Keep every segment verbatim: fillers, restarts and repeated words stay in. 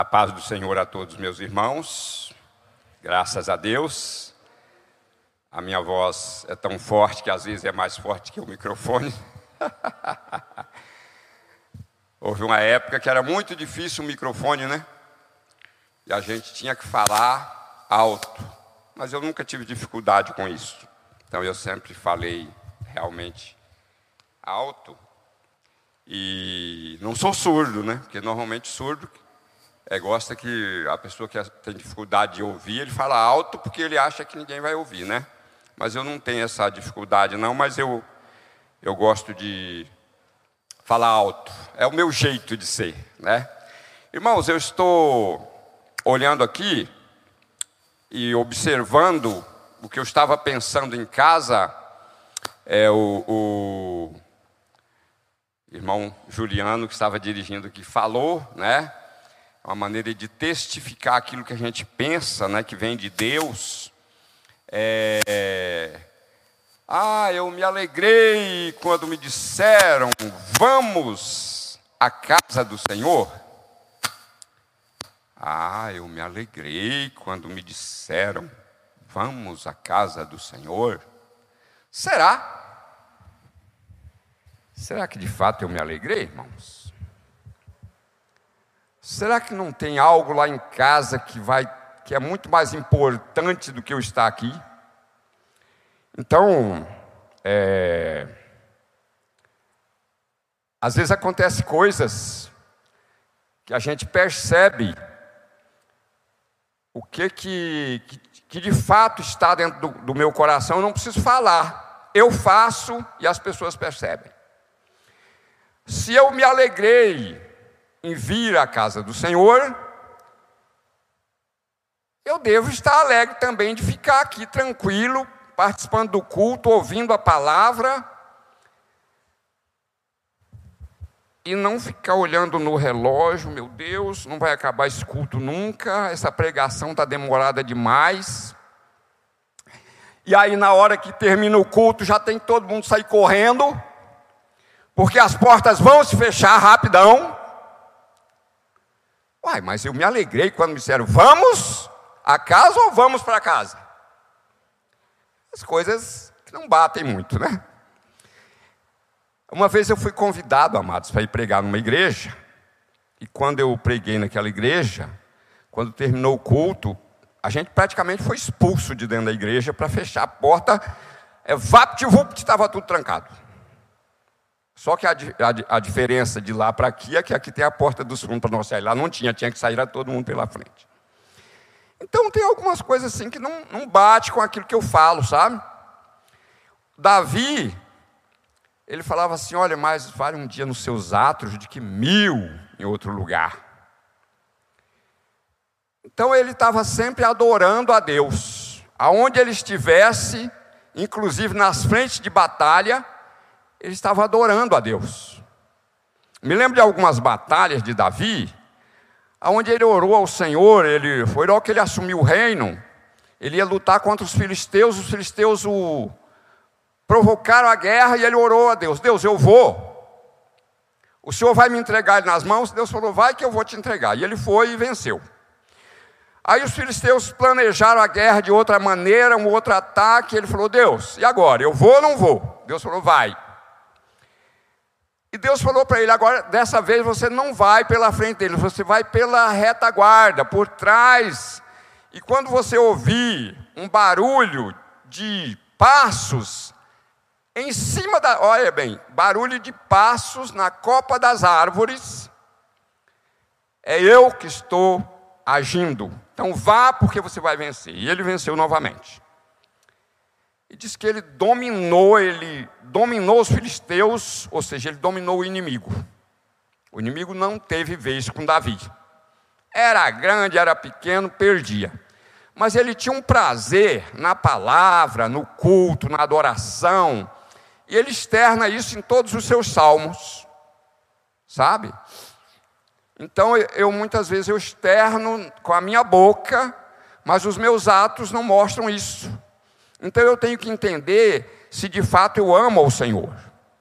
A paz do Senhor a todos meus irmãos, graças a Deus. A minha voz é tão forte que às vezes é mais forte que o microfone. Houve uma época que era muito difícil o microfone, né? E a gente tinha que falar alto, mas eu nunca tive dificuldade com isso. Então eu sempre falei realmente alto e não sou surdo, né? Porque normalmente surdo é, gosta que a pessoa que tem dificuldade de ouvir, ele fala alto porque ele acha que ninguém vai ouvir, né? Mas eu não tenho essa dificuldade não, mas eu, eu gosto de falar alto. É o meu jeito de ser, né? Irmãos, eu estou olhando aqui e observando o que eu estava pensando em casa. É o, o irmão Juliano, que estava dirigindo aqui, falou, né? Uma maneira de testificar aquilo que a gente pensa, né? Que vem de Deus. É... Ah, eu me alegrei quando me disseram, vamos à casa do Senhor. Ah, eu me alegrei quando me disseram, vamos à casa do Senhor. Será? Será que de fato eu me alegrei, irmãos? Será que não tem algo lá em casa que, vai, que é muito mais importante do que eu estar aqui? Então, é, às vezes acontecem coisas que a gente percebe o que, que, que, que de fato está dentro do, do meu coração. Eu não preciso falar, eu faço e as pessoas percebem. Se eu me alegrei em vir à casa do Senhor, eu devo estar alegre também de ficar aqui tranquilo, participando do culto, ouvindo a palavra, e não ficar olhando no relógio, meu Deus, não vai acabar esse culto nunca, essa pregação está demorada demais. E aí na hora que termina o culto, já tem que todo mundo sair correndo, porque as portas vão se fechar rapidão. Uai, mas eu me alegrei quando me disseram, vamos a casa ou vamos para casa? As coisas que não batem muito, né? Uma vez eu fui convidado, amados, para ir pregar numa igreja. E quando eu preguei naquela igreja, quando terminou o culto, a gente praticamente foi expulso de dentro da igreja para fechar a porta. É, vapt-vupt, estava tudo trancado. Só que a, a, a diferença de lá para aqui é que aqui tem a porta dos fundos para nós sair. Lá não tinha, tinha que sair a todo mundo pela frente. Então tem algumas coisas assim que não, não bate com aquilo que eu falo, sabe? Davi, ele falava assim, olha, mais vale um dia nos seus atos do que mil em outro lugar. Então ele estava sempre adorando a Deus. Aonde ele estivesse, inclusive nas frentes de batalha, ele estava adorando a Deus. Me lembro de algumas batalhas de Davi, onde ele orou ao Senhor. Ele, foi logo que ele assumiu o reino, ele ia lutar contra os filisteus, os filisteus o provocaram a guerra e ele orou a Deus, Deus, eu vou, o Senhor vai me entregar ele nas mãos? Deus falou, vai que eu vou te entregar. E ele foi e venceu. Aí os filisteus planejaram a guerra de outra maneira, um outro ataque. Ele falou, Deus, e agora? Eu vou ou não vou? Deus falou, vai. E Deus falou para ele, agora, dessa vez você não vai pela frente dele, você vai pela retaguarda, por trás. E quando você ouvir um barulho de passos, em cima da, olha bem, barulho de passos na copa das árvores, é eu que estou agindo. Então vá porque você vai vencer. E ele venceu novamente. E diz que ele dominou, ele dominou os filisteus, ou seja, ele dominou o inimigo. O inimigo não teve vez com Davi. Era grande, era pequeno, perdia. Mas ele tinha um prazer na palavra, no culto, na adoração. E ele externa isso em todos os seus salmos. Sabe? Então, eu, eu muitas vezes eu externo com a minha boca, mas os meus atos não mostram isso. Então eu tenho que entender se de fato eu amo ao Senhor.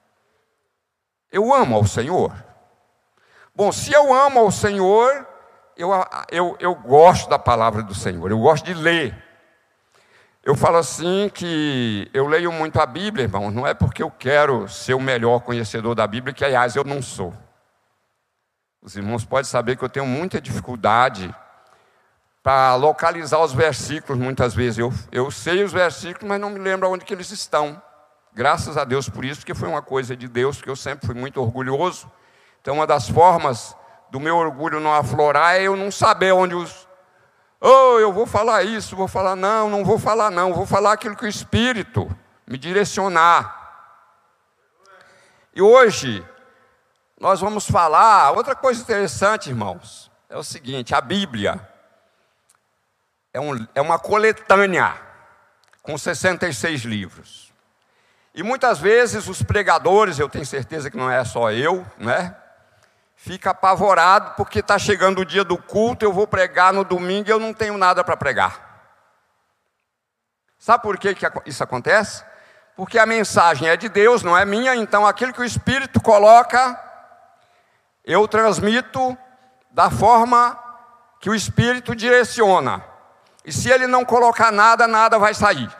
Eu amo ao Senhor. Bom, se eu amo ao Senhor, eu, eu, eu gosto da palavra do Senhor, eu gosto de ler. Eu falo assim que eu leio muito a Bíblia, irmão, não é porque eu quero ser o melhor conhecedor da Bíblia, que aliás eu não sou. Os irmãos podem saber que eu tenho muita dificuldade para localizar os versículos muitas vezes. Eu, eu sei os versículos, mas não me lembro onde que eles estão. Graças a Deus por isso, porque foi uma coisa de Deus, porque eu sempre fui muito orgulhoso. Então uma das formas do meu orgulho não aflorar é eu não saber onde os... Oh, eu vou falar isso, vou falar não, não vou falar não, vou falar aquilo que o Espírito me direcionar. E hoje nós vamos falar, outra coisa interessante, irmãos, é o seguinte, a Bíblia é, um, é uma coletânea com sessenta e seis livros. E muitas vezes os pregadores, eu tenho certeza que não é só eu, né? Fica apavorado porque está chegando o dia do culto, eu vou pregar no domingo e eu não tenho nada para pregar. Sabe por que, que isso acontece? Porque a mensagem é de Deus, não é minha, então aquilo que o Espírito coloca, eu transmito da forma que o Espírito direciona. E se ele não colocar nada, nada vai sair.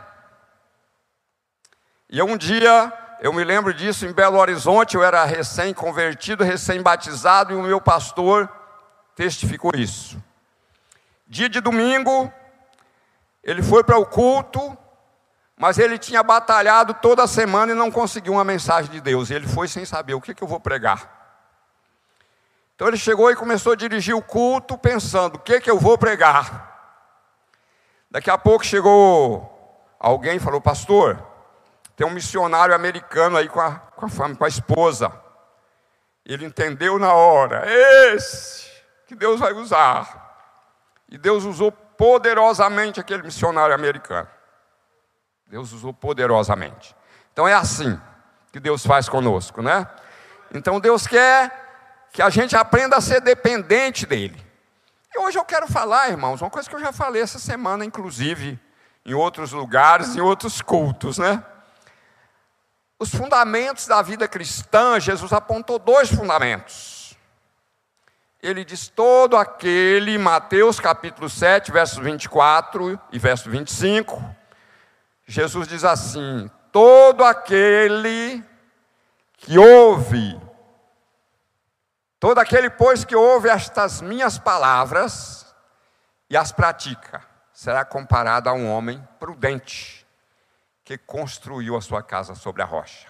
E um dia... eu me lembro disso em Belo Horizonte, eu era recém-convertido, recém-batizado, e o meu pastor testificou isso. Dia de domingo, ele foi para o culto, mas ele tinha batalhado toda a semana e não conseguiu uma mensagem de Deus. E ele foi sem saber o que, que eu vou pregar. Então ele chegou e começou a dirigir o culto, pensando, o que, que eu vou pregar? Daqui a pouco chegou alguém e falou, pastor, tem um missionário americano aí com a, com a, fama, com a esposa. Ele entendeu na hora. Esse que Deus vai usar. E Deus usou poderosamente aquele missionário americano. Deus usou poderosamente. Então é assim que Deus faz conosco, né? Então Deus quer que a gente aprenda a ser dependente dEle. E hoje eu quero falar, irmãos, uma coisa que eu já falei essa semana, inclusive, em outros lugares, em outros cultos, né? Os fundamentos da vida cristã, Jesus apontou dois fundamentos. Ele diz, todo aquele, Mateus capítulo sete, versos vinte e quatro e verso vinte e cinco, Jesus diz assim, todo aquele que ouve, todo aquele, pois, que ouve estas minhas palavras e as pratica, será comparado a um homem prudente, que construiu a sua casa sobre a rocha.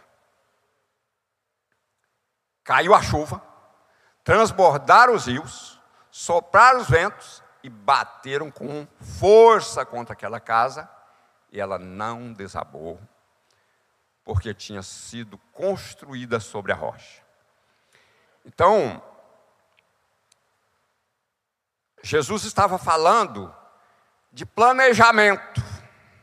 Caiu a chuva, transbordaram os rios, sopraram os ventos e bateram com força contra aquela casa, e ela não desabou, porque tinha sido construída sobre a rocha. Então, Jesus estava falando de planejamento.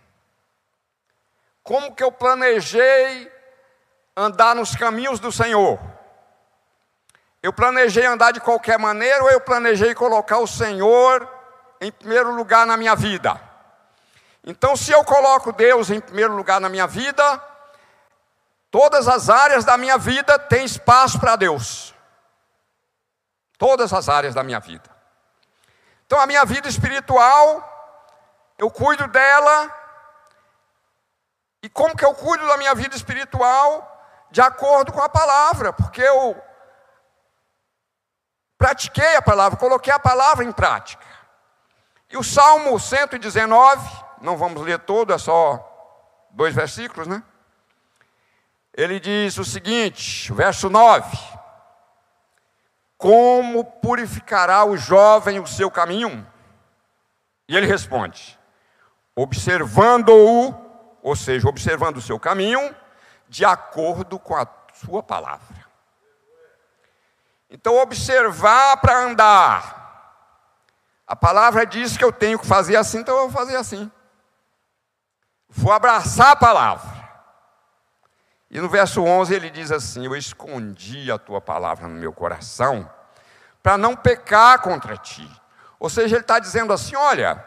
Como que eu planejei andar nos caminhos do Senhor? Eu planejei andar de qualquer maneira ou eu planejei colocar o Senhor em primeiro lugar na minha vida? Então, se eu coloco Deus em primeiro lugar na minha vida, todas as áreas da minha vida têm espaço para Deus. Todas as áreas da minha vida. Então, a minha vida espiritual, eu cuido dela. E como que eu cuido da minha vida espiritual? De acordo com a palavra, porque eu pratiquei a palavra, coloquei a palavra em prática. E o Salmo cento e dezenove, não vamos ler todo, é só dois versículos, né? Ele diz o seguinte, verso nove, como purificará o jovem o seu caminho? E ele responde, observando-o, ou seja, observando o seu caminho, de acordo com a sua palavra. Então, observar para andar. A palavra diz que eu tenho que fazer assim, então eu vou fazer assim. Vou abraçar a palavra. E no verso onze ele diz assim, eu escondi a tua palavra no meu coração, para não pecar contra ti. Ou seja, ele está dizendo assim, olha,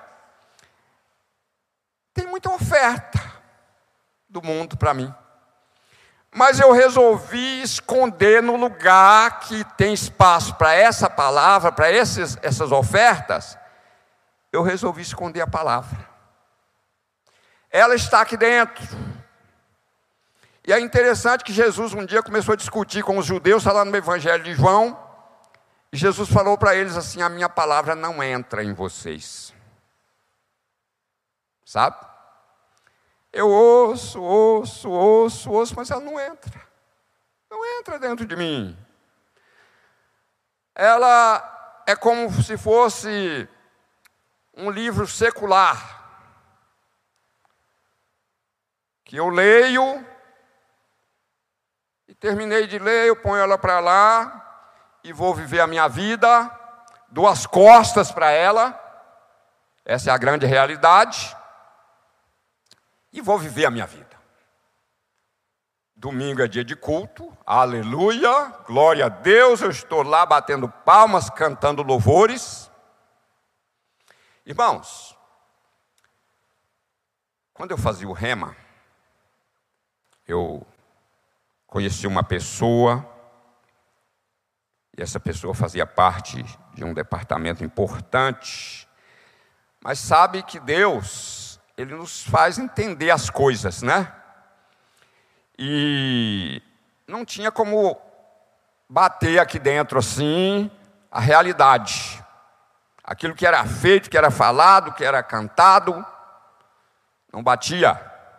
tem muita oferta do mundo para mim. Mas eu resolvi esconder no lugar que tem espaço para essa palavra, para esses, essas ofertas. Eu resolvi esconder a palavra. Ela está aqui dentro. E é interessante que Jesus um dia começou a discutir com os judeus, está lá no Evangelho de João. E Jesus falou para eles assim: a minha palavra não entra em vocês. Sabe? Eu ouço, ouço, ouço, ouço, mas ela não entra. Não entra dentro de mim. Ela é como se fosse um livro secular, que eu leio, e terminei de ler, eu ponho ela para lá, e vou viver a minha vida, dou as costas para ela, essa é a grande realidade, e vou viver a minha vida. Domingo é dia de culto, aleluia, glória a Deus, eu estou lá batendo palmas, cantando louvores. Irmãos, quando eu fazia o rema, eu conheci uma pessoa, e essa pessoa fazia parte de um departamento importante, mas sabe que Deus, Ele nos faz entender as coisas, né? E não tinha como bater aqui dentro assim a realidade. Aquilo que era feito, que era falado, que era cantado, não batia.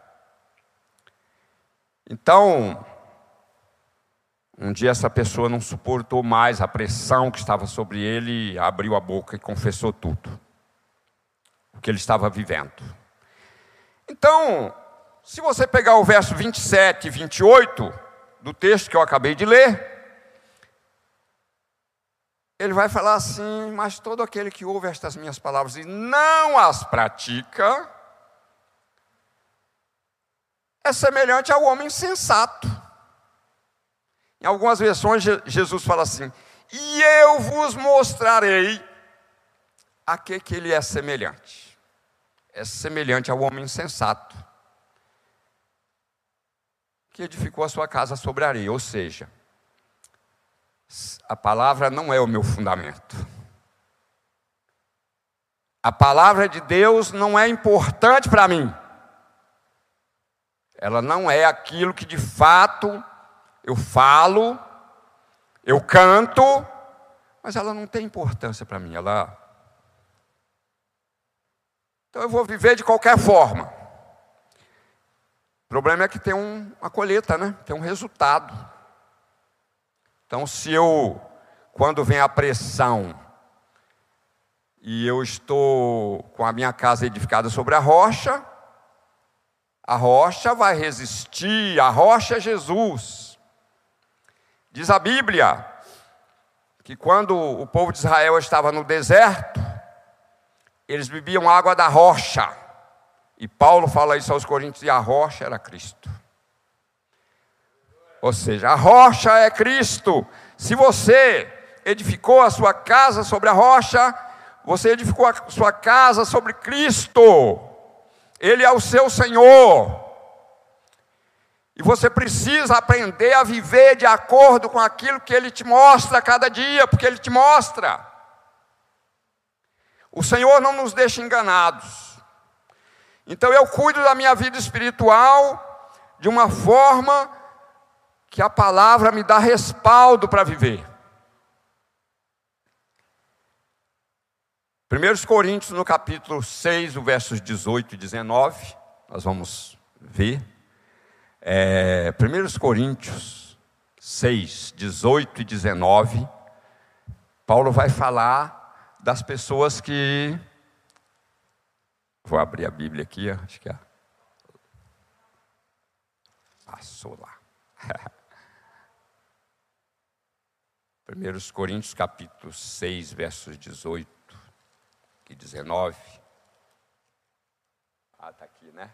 Então, um dia essa pessoa não suportou mais a pressão que estava sobre ele, abriu a boca e confessou tudo o que ele estava vivendo. Então, se você pegar o verso vinte e sete e vinte e oito do texto que eu acabei de ler, ele vai falar assim: mas todo aquele que ouve estas minhas palavras e não as pratica, é semelhante ao homem insensato. Em algumas versões, Jesus fala assim: e eu vos mostrarei a que, que ele é semelhante. É semelhante ao homem insensato, que edificou a sua casa sobre a areia. Ou seja, a palavra não é o meu fundamento. A palavra de Deus não é importante para mim. Ela não é aquilo que de fato eu falo, eu canto, mas ela não tem importância para mim. Ela... Então eu vou viver de qualquer forma. O problema é que tem um, uma colheita, né? Tem um resultado. Então, se eu, quando vem a pressão, e eu estou com a minha casa edificada sobre a rocha, a rocha vai resistir, a rocha é Jesus. Diz a Bíblia que quando o povo de Israel estava no deserto, eles bebiam água da rocha. E Paulo fala isso aos Coríntios, e a rocha era Cristo. Ou seja, a rocha é Cristo. Se você edificou a sua casa sobre a rocha, você edificou a sua casa sobre Cristo. Ele é o seu Senhor. E você precisa aprender a viver de acordo com aquilo que Ele te mostra a cada dia, porque Ele te mostra. O Senhor não nos deixa enganados. Então eu cuido da minha vida espiritual de uma forma que a palavra me dá respaldo para viver. primeira Coríntios, no capítulo seis, o versos dezoito e dezenove, nós vamos ver. É, primeira Coríntios seis, dezoito e dezenove, Paulo vai falar das pessoas que... Vou abrir a Bíblia aqui, acho que é... Passou lá. primeira Coríntios, capítulo seis, versos dezoito e dezenove. Ah, está aqui, né?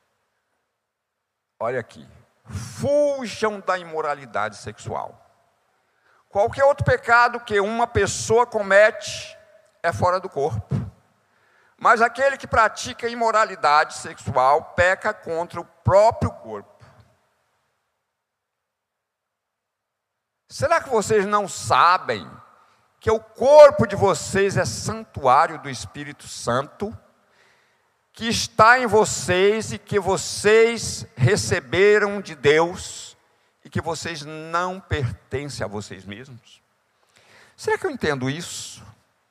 Olha aqui. Fujam da imoralidade sexual. Qualquer outro pecado que uma pessoa comete é fora do corpo. Mas aquele que pratica imoralidade sexual peca contra o próprio corpo. Será que vocês não sabem que o corpo de vocês é santuário do Espírito Santo, que está em vocês e que vocês receberam de Deus e que vocês não pertencem a vocês mesmos? Será que eu entendo isso?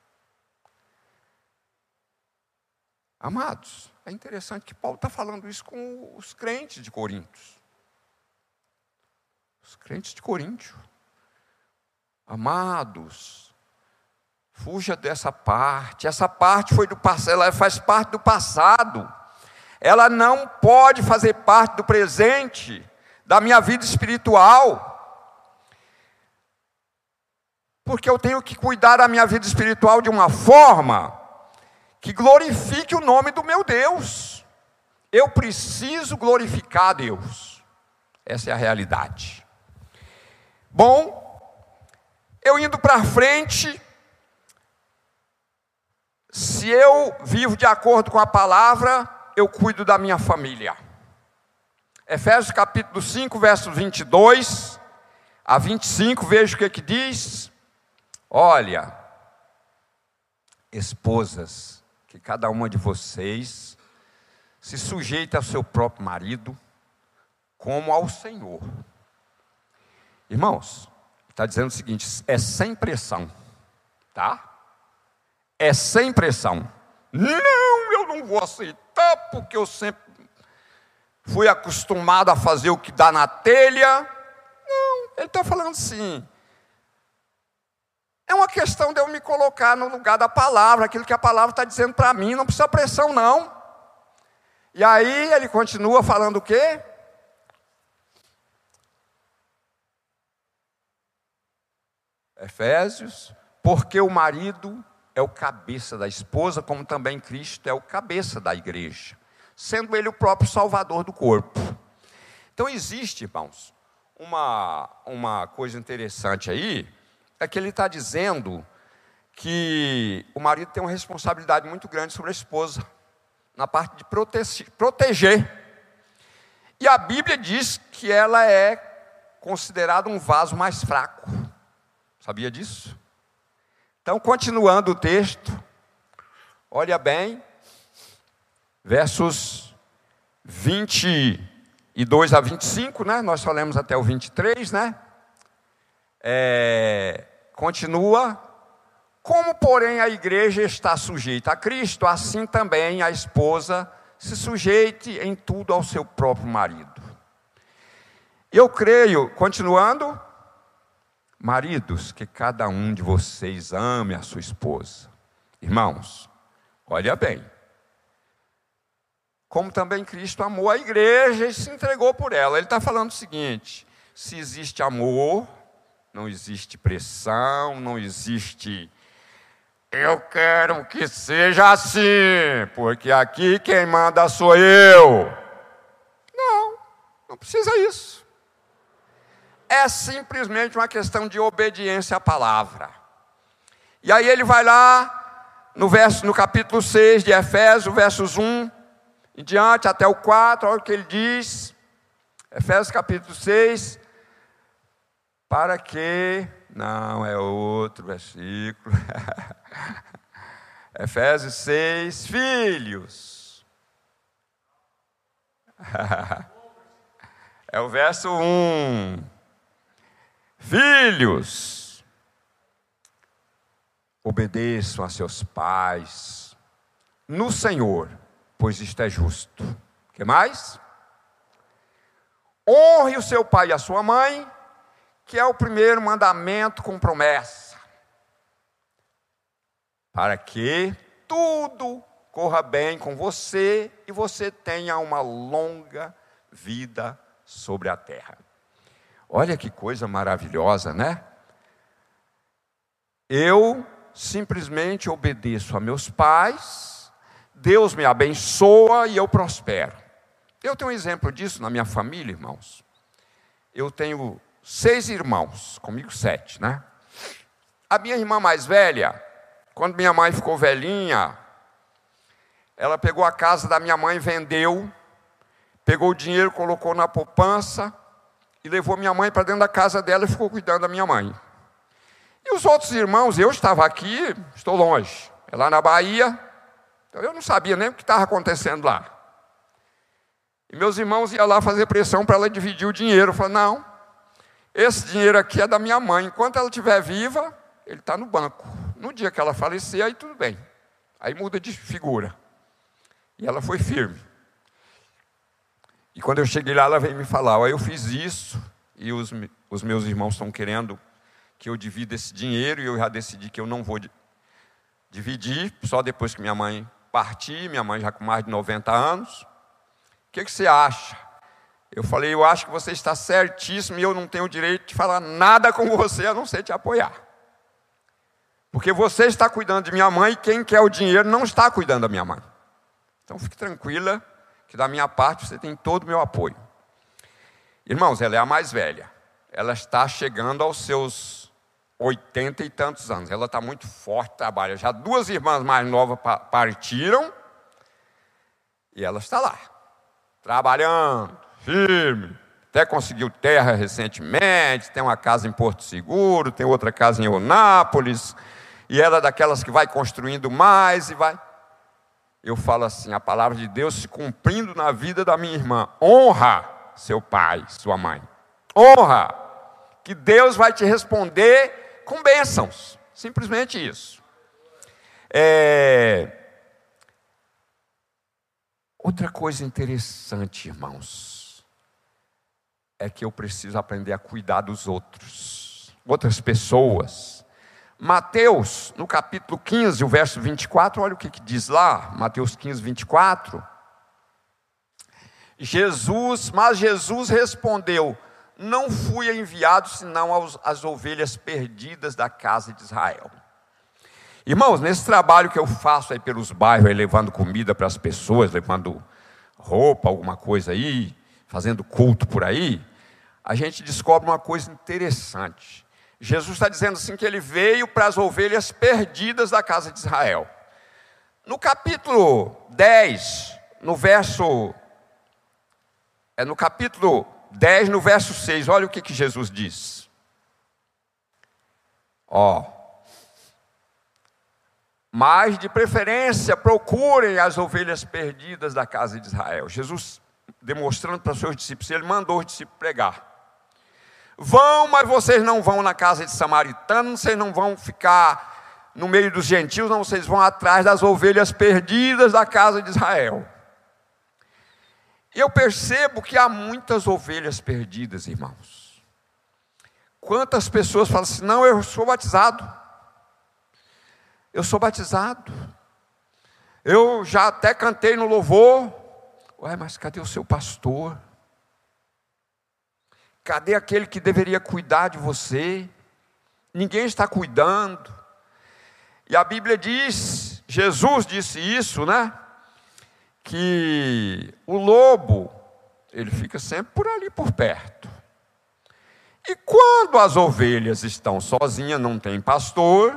Amados, é interessante que Paulo está falando isso com os crentes de Corinto. Os crentes de Corinto. Amados, fuja dessa parte. Essa parte foi do passado, ela faz parte do passado. Ela não pode fazer parte do presente, da minha vida espiritual. Porque eu tenho que cuidar da minha vida espiritual de uma forma que glorifique o nome do meu Deus. Eu preciso glorificar a Deus. Essa é a realidade. Bom, eu indo para frente, se eu vivo de acordo com a palavra, eu cuido da minha família. Efésios capítulo cinco, versos vinte e dois a vinte e cinco, veja o que que diz. Olha, esposas, que cada uma de vocês se sujeite ao seu próprio marido, como ao Senhor. Irmãos, está dizendo o seguinte, é sem pressão, tá? É sem pressão. Não, eu não vou aceitar, porque eu sempre fui acostumado a fazer o que dá na telha. Não, ele está falando assim, é uma questão de eu me colocar no lugar da palavra, aquilo que a palavra está dizendo para mim, não precisa pressão não. E aí ele continua falando o quê? Efésios, porque o marido é o cabeça da esposa, como também Cristo é o cabeça da igreja, sendo ele o próprio salvador do corpo. Então existe, irmãos, uma, uma coisa interessante aí, é que ele está dizendo que o marido tem uma responsabilidade muito grande sobre a esposa, na parte de prote- proteger. E a Bíblia diz que ela é considerada um vaso mais fraco. Sabia disso? Então, continuando o texto, olha bem, versos vinte e dois a vinte e cinco, né? Nós só lemos até o vinte e três, né? É, continua, como porém a igreja está sujeita a Cristo, assim também a esposa se sujeite em tudo ao seu próprio marido. Eu creio, continuando, maridos, que cada um de vocês ame a sua esposa. Irmãos, olha bem, como também Cristo amou a igreja e se entregou por ela. Ele está falando o seguinte, se existe amor, não existe pressão, não existe, eu quero que seja assim, porque aqui quem manda sou eu. Não, não precisa isso. É simplesmente uma questão de obediência à palavra. E aí ele vai lá, no, verso, no capítulo seis de Efésios, versos um em diante, até o quatro, olha o que ele diz. Efésios capítulo seis, para que, não, é outro versículo. Efésios seis, filhos. É o verso um. Filhos, obedeçam a seus pais no Senhor, pois isto é justo. O que mais? Honre o seu pai e a sua mãe, que é o primeiro mandamento com promessa, para que tudo corra bem com você e você tenha uma longa vida sobre a terra. Olha que coisa maravilhosa, né? Eu simplesmente obedeço a meus pais, Deus me abençoa e eu prospero. Eu tenho um exemplo disso na minha família, irmãos. Eu tenho seis irmãos, comigo sete, né? A minha irmã mais velha, quando minha mãe ficou velhinha, ela pegou a casa da minha mãe, vendeu, pegou o dinheiro, colocou na poupança, e levou minha mãe para dentro da casa dela e ficou cuidando da minha mãe. E os outros irmãos, eu estava aqui, estou longe, é lá na Bahia, então eu não sabia nem o que estava acontecendo lá. E meus irmãos iam lá fazer pressão para ela dividir o dinheiro. Eu falei, não, esse dinheiro aqui é da minha mãe, enquanto ela estiver viva, ele está no banco. No dia que ela falecer, aí tudo bem, aí muda de figura. E ela foi firme. E quando eu cheguei lá, ela veio me falar, ó, eu fiz isso, e os, os meus irmãos estão querendo que eu divida esse dinheiro, e eu já decidi que eu não vou dividir, só depois que minha mãe partir, minha mãe já com mais de noventa anos. O que, que você acha? Eu falei, eu acho que você está certíssimo, e eu não tenho o direito de falar nada com você, a não ser te apoiar. Porque você está cuidando de minha mãe, e quem quer o dinheiro não está cuidando da minha mãe. Então fique tranquila, que da minha parte você tem todo o meu apoio. Irmãos, ela é a mais velha. Ela está chegando aos seus oitenta e tantos anos. Ela está muito forte, trabalha. Já duas irmãs mais novas partiram. E ela está lá, trabalhando, firme. Até conseguiu terra recentemente. Tem uma casa em Porto Seguro, tem outra casa em Eunápolis. E ela é daquelas que vai construindo mais e vai... Eu falo assim, a palavra de Deus se cumprindo na vida da minha irmã. Honra seu pai, sua mãe. Honra, que Deus vai te responder com bênçãos. Simplesmente isso. É... Outra coisa interessante, irmãos, é que eu preciso aprender a cuidar dos outros, outras pessoas. Mateus, no capítulo quinze, o verso vinte e quatro, olha o que, que diz lá, Mateus quinze, vinte e quatro. Jesus, mas Jesus respondeu, não fui enviado senão aos, às ovelhas perdidas da casa de Israel. Irmãos, nesse trabalho que eu faço aí pelos bairros, aí, levando comida para as pessoas, levando roupa, alguma coisa aí, fazendo culto por aí, a gente descobre uma coisa interessante. Jesus está dizendo assim que ele veio para as ovelhas perdidas da casa de Israel. No capítulo dez, no verso... É no capítulo dez, no verso seis, olha o que, que Jesus diz. Ó. Mas de preferência procurem as ovelhas perdidas da casa de Israel. Jesus demonstrando para os seus discípulos, ele mandou os discípulos pregar. Vão, mas vocês não vão na casa de samaritano, vocês não vão ficar no meio dos gentios, não, vocês vão atrás das ovelhas perdidas da casa de Israel. Eu percebo que há muitas ovelhas perdidas, irmãos. Quantas pessoas falam assim, não, eu sou batizado. Eu sou batizado. Eu já até cantei no louvor. Ué, mas cadê o seu pastor? Cadê aquele que deveria cuidar de você? Ninguém está cuidando. E a Bíblia diz, Jesus disse isso, né? Que o lobo, ele fica sempre por ali, por perto. E quando as ovelhas estão sozinhas, não tem pastor,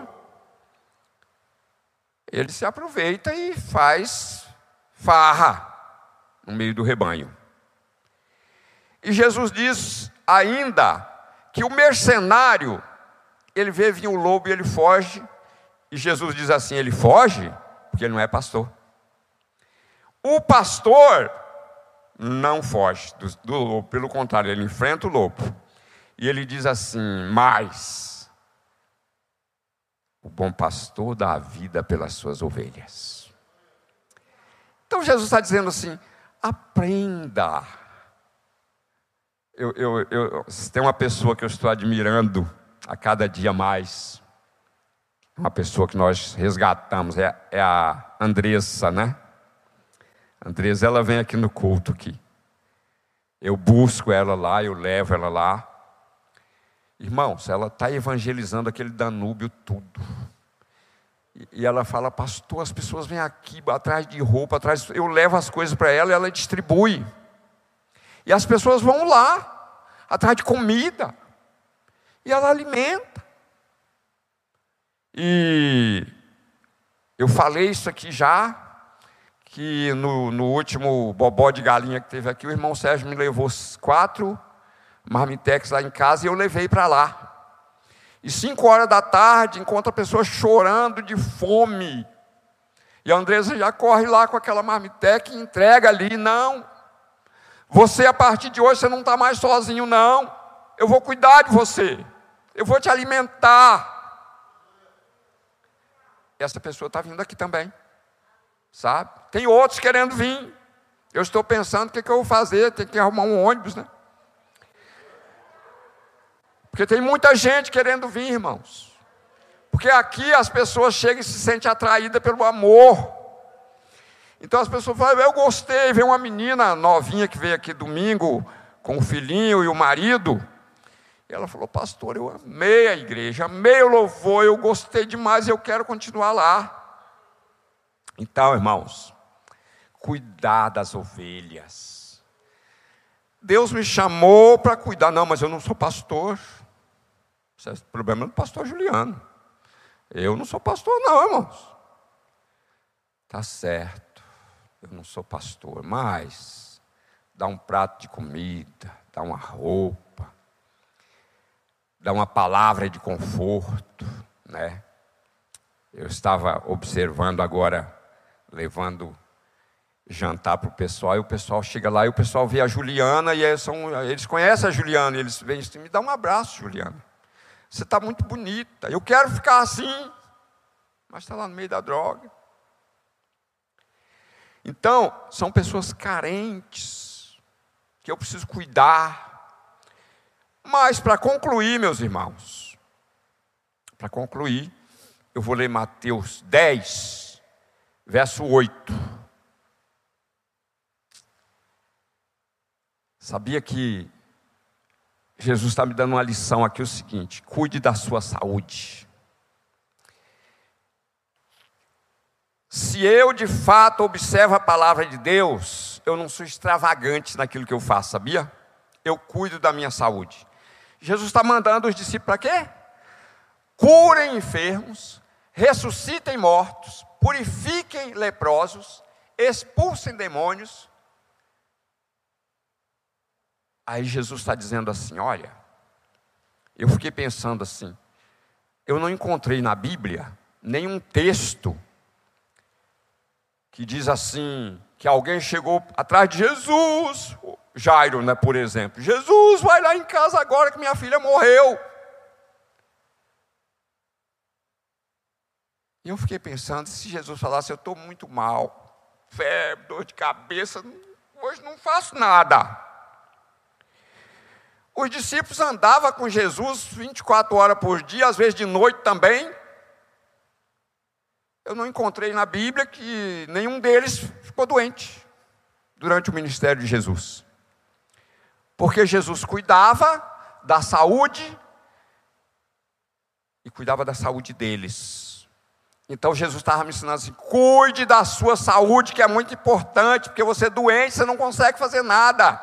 ele se aproveita e faz farra no meio do rebanho. E Jesus diz ainda que o mercenário, ele vê vir o lobo e ele foge. E Jesus diz assim, ele foge porque ele não é pastor. O pastor não foge do, do lobo, pelo contrário, ele enfrenta o lobo. E ele diz assim, mas o bom pastor dá a vida pelas suas ovelhas. Então Jesus está dizendo assim, aprenda. Eu, eu, eu, tem uma pessoa que eu estou admirando a cada dia mais. Uma pessoa que nós resgatamos, é, é a Andressa, né? A Andressa, ela vem aqui no culto aqui. Eu busco ela lá, eu levo ela lá. Irmãos, ela está evangelizando aquele Danúbio tudo. E, e ela fala, pastor, as pessoas vêm aqui atrás de roupa, atrás. Eu levo as coisas para ela e ela distribui. E as pessoas vão lá, atrás de comida. E ela alimenta. E eu falei isso aqui já, que no, no último bobó de galinha que teve aqui, o irmão Sérgio me levou quatro marmitex lá em casa e eu levei para lá. E cinco horas da tarde, encontro a pessoa chorando de fome. E a Andresa já corre lá com aquela marmitex e entrega ali. Não, você a partir de hoje você não está mais sozinho, não. Eu vou cuidar de você. Eu vou te alimentar. Essa pessoa está vindo aqui também. Sabe? Tem outros querendo vir. Eu estou pensando o que, que eu vou fazer. Tem que arrumar um ônibus, né? Porque tem muita gente querendo vir, irmãos. Porque aqui as pessoas chegam e se sentem atraídas pelo amor. Então as pessoas falam, eu gostei. Veio uma menina novinha que veio aqui domingo com o filhinho e o marido. E ela falou, pastor, eu amei a igreja, amei o louvor, eu gostei demais e eu quero continuar lá. Então, irmãos, cuidar das ovelhas. Deus me chamou para cuidar. Não, mas eu não sou pastor. Esse é o problema do pastor Juliano. Eu não sou pastor não, irmãos. Tá certo, eu não sou pastor, mas dá um prato de comida, dá uma roupa, dá uma palavra de conforto, né? Eu estava observando agora, levando jantar para o pessoal, e o pessoal chega lá, e o pessoal vê a Juliana, e eles, são, eles conhecem a Juliana, e eles vêm assim, me dá um abraço, Juliana. Você está muito bonita, eu quero ficar assim, mas está lá no meio da droga. Então, são pessoas carentes, que eu preciso cuidar. Mas, para concluir, meus irmãos, para concluir, eu vou ler Mateus dez, verso oito. Sabia que Jesus está me dando uma lição aqui, o seguinte: cuide da sua saúde. Se eu de fato observo a palavra de Deus, eu não sou extravagante naquilo que eu faço, sabia? Eu cuido da minha saúde. Jesus está mandando os discípulos para quê? Curem enfermos, ressuscitem mortos, purifiquem leprosos, expulsem demônios. Aí Jesus está dizendo assim, olha, eu fiquei pensando assim, eu não encontrei na Bíblia nenhum texto que diz assim, que alguém chegou atrás de Jesus, Jairo, né, por exemplo, Jesus, vai lá em casa agora que minha filha morreu. E eu fiquei pensando, se Jesus falasse, eu estou muito mal, febre, dor de cabeça, hoje não faço nada. Os discípulos andavam com Jesus vinte e quatro horas por dia, às vezes de noite também. Eu não encontrei na Bíblia que nenhum deles ficou doente durante o ministério de Jesus. Porque Jesus cuidava da saúde e cuidava da saúde deles. Então Jesus estava me ensinando assim, cuide da sua saúde, que é muito importante, porque você é doente, você não consegue fazer nada.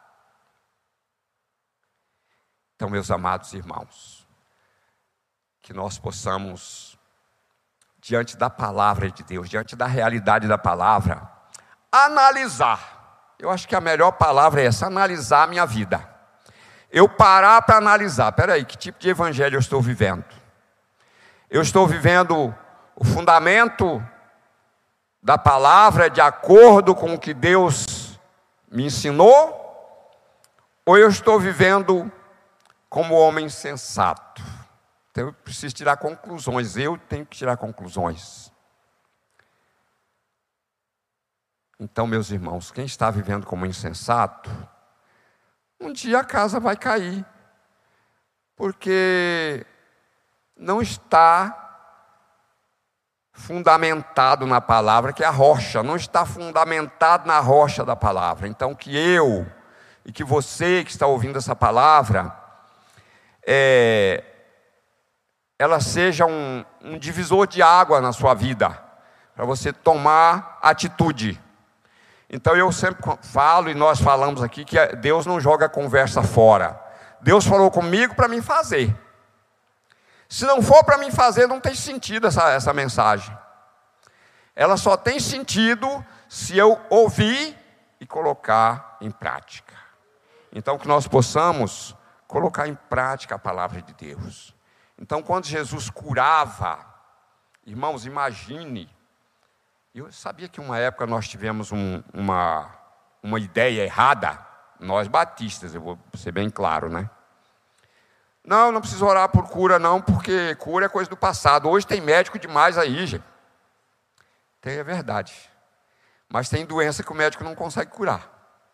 Então, meus amados irmãos, que nós possamos, diante da palavra de Deus, diante da realidade da palavra, analisar. Eu acho que a melhor palavra é essa, analisar a minha vida. Eu parar para analisar, espera aí, que tipo de evangelho eu estou vivendo? Eu estou vivendo o fundamento da palavra de acordo com o que Deus me ensinou? Ou eu estou vivendo como homem sensato? Então eu preciso tirar conclusões, eu tenho que tirar conclusões. Então, meus irmãos, quem está vivendo como insensato, um dia a casa vai cair, porque não está fundamentado na palavra, que é a rocha, não está fundamentado na rocha da palavra. Então, que eu e que você que está ouvindo essa palavra, é, ela seja um, um divisor de água na sua vida, para você tomar atitude. Então eu sempre falo, e nós falamos aqui, que Deus não joga a conversa fora. Deus falou comigo para mim fazer. Se não for para mim fazer, não tem sentido essa, essa mensagem. Ela só tem sentido se eu ouvir e colocar em prática. Então, que nós possamos colocar em prática a palavra de Deus. Então, quando Jesus curava, irmãos, imagine, eu sabia que uma época nós tivemos um, uma, uma ideia errada, nós batistas, eu vou ser bem claro, né? Não, não precisa orar por cura não, porque cura é coisa do passado. Hoje tem médico demais aí, gente. Tem, é verdade. Mas tem doença que o médico não consegue curar.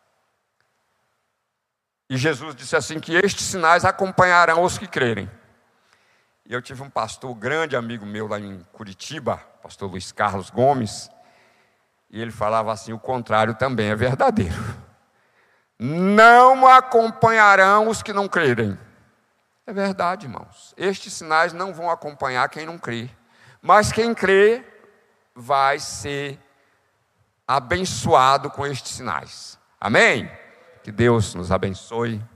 E Jesus disse assim, que estes sinais acompanharão os que crerem. E eu tive um pastor, grande amigo meu lá em Curitiba, pastor Luiz Carlos Gomes, e ele falava assim, o contrário também é verdadeiro. Não acompanharão os que não crerem. É verdade, irmãos. Estes sinais não vão acompanhar quem não crê. Mas quem crê vai ser abençoado com estes sinais. Amém? Que Deus nos abençoe.